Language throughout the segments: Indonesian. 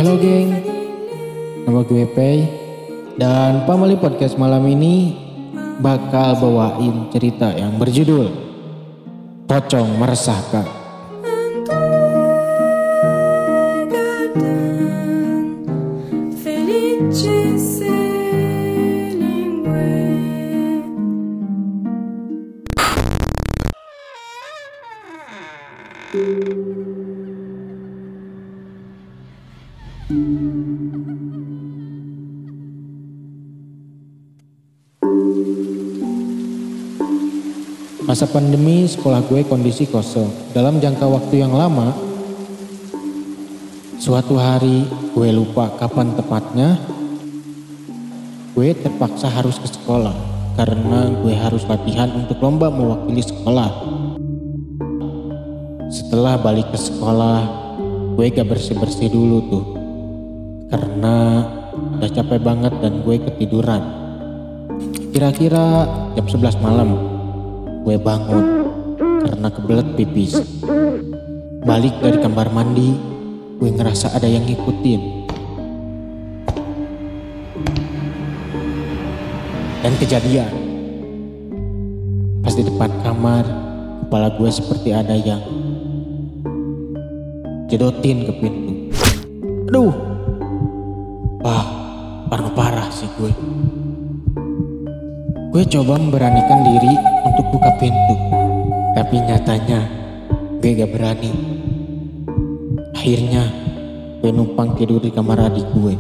Halo geng, nama gue Pei dan Pamali Podcast malam ini bakal bawain cerita yang berjudul Pocong Meresahkan. Masa pandemi sekolah gue kondisi kosong. Dalam jangka waktu yang lama, suatu hari gue lupa kapan tepatnya, gue terpaksa harus ke sekolah karena gue harus latihan untuk lomba mewakili sekolah. Setelah balik ke sekolah, gue gak bersih-bersih dulu tuh karena udah capek banget dan gue ketiduran. Kira-kira jam 11 malam gue bangun karena kebelet pipis. Balik dari kamar mandi, gue ngerasa ada yang ngikutin. Dan kejadian, pas di depan kamar, kepala gue seperti ada yang jedotin ke pintu. Aduh, parah sih gue. Gue coba memberanikan diri untuk buka pintu, tapi nyatanya gue gak berani. Akhirnya gue numpang tidur di kamar adik gue.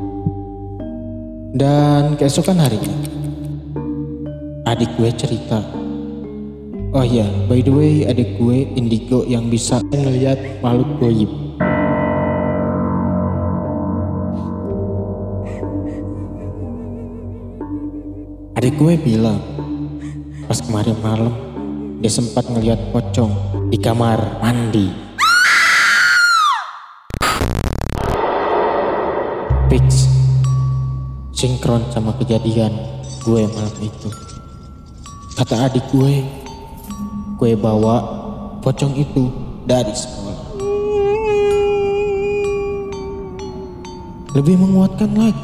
Dan keesokan harinya adik gue cerita, oh iya, by the way, adik gue Indigo yang bisa ngelihat makhluk goib. Adik gue bilang, pas kemarin malam dia sempat ngelihat pocong di kamar mandi. Fix, sinkron sama kejadian gue malam itu. Kata adik gue bawa pocong itu dari sekolah. Lebih menguatkan lagi,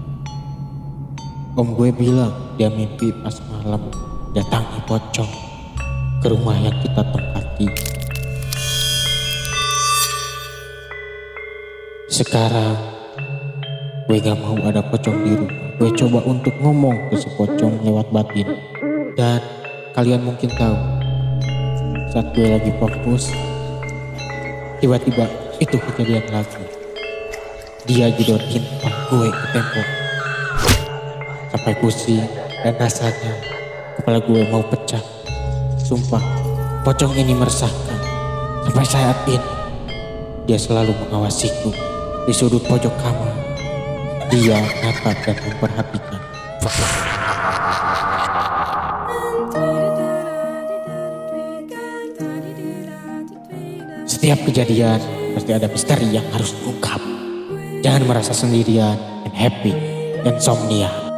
om gue bilang dia mimpi pas malam datangi pocong ke rumah yang kita tempati. Sekarang gue gak mau ada pocong di rumah. Gue coba untuk ngomong ke si pocong lewat batin. Dan kalian mungkin tahu, saat gue lagi fokus, tiba-tiba itu kejadian lagi. Dia jedotin kepala gue ke tembok sampai pusing dan rasanya kepala gue mau pecah. Sumpah, pocong ini meresahkan. Sampai saat ini dia selalu mengawasiku di sudut pojok kamar. Dia natap dan memperhatikan. Setiap kejadian pasti ada misteri yang harus diungkap. Jangan merasa sendirian dan happy insomnia.